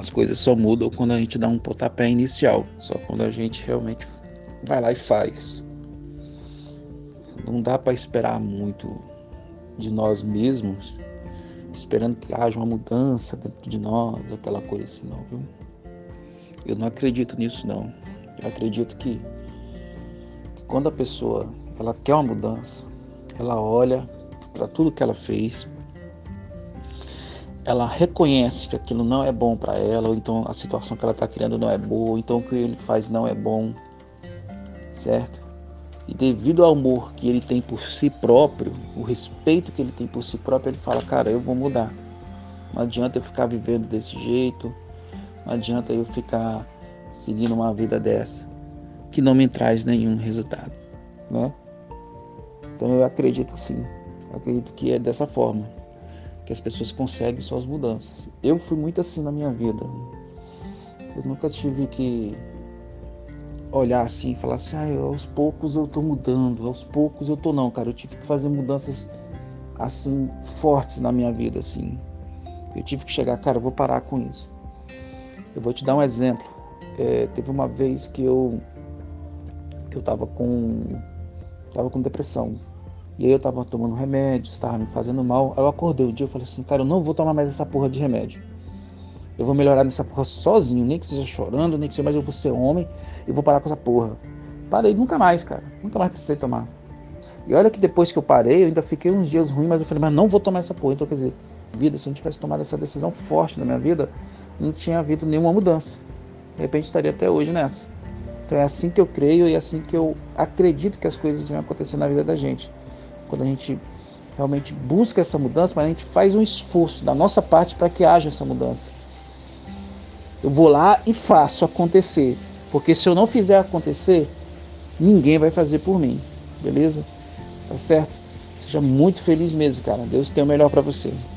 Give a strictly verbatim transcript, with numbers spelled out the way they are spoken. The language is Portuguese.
As coisas só mudam quando a gente dá um pontapé inicial, só quando a gente realmente vai lá e faz. Não dá para esperar muito de nós mesmos, esperando que haja uma mudança dentro de nós, aquela coisa assim, não, viu? Eu não acredito nisso, não. Eu acredito que, que quando a pessoa ela quer uma mudança, ela olha para tudo que ela fez, ela reconhece que aquilo não é bom para ela, ou então a situação que ela está criando não é boa, ou então o que ele faz não é bom, certo? E devido ao amor que ele tem por si próprio, o respeito que ele tem por si próprio, ele fala, cara, eu vou mudar. Não adianta eu ficar vivendo desse jeito, não adianta eu ficar seguindo uma vida dessa, que não me traz nenhum resultado, né? Então eu acredito assim, eu acredito que é dessa forma que as pessoas conseguem suas mudanças. Eu fui muito assim na minha vida. Eu nunca tive que olhar assim e falar assim, ah, aos poucos eu tô mudando, aos poucos eu tô não, cara. Eu tive que fazer mudanças assim, fortes na minha vida, assim. Eu tive que chegar, cara, eu vou parar com isso. Eu vou te dar um exemplo. É, teve uma vez que eu que eu tava com tava com depressão. E aí eu tava tomando remédio, estava me fazendo mal. Aí eu acordei um dia e falei assim, cara, eu não vou tomar mais essa porra de remédio. Eu vou melhorar nessa porra sozinho, nem que seja chorando, nem que seja, mas eu vou ser homem e vou parar com essa porra. Parei, nunca mais, cara. Nunca mais precisei tomar. E olha que depois que eu parei, eu ainda fiquei uns dias ruins, mas eu falei, mas não vou tomar essa porra. Então, quer dizer, vida, se eu não tivesse tomado essa decisão forte na minha vida, não tinha havido nenhuma mudança. De repente estaria até hoje nessa. Então é assim que eu creio e é assim que eu acredito que as coisas vão acontecer na vida da gente. Quando a gente realmente busca essa mudança, mas a gente faz um esforço da nossa parte para que haja essa mudança. Eu vou lá e faço acontecer, porque se eu não fizer acontecer, ninguém vai fazer por mim, beleza? Tá certo? Seja muito feliz mesmo, cara. Deus tem o melhor para você.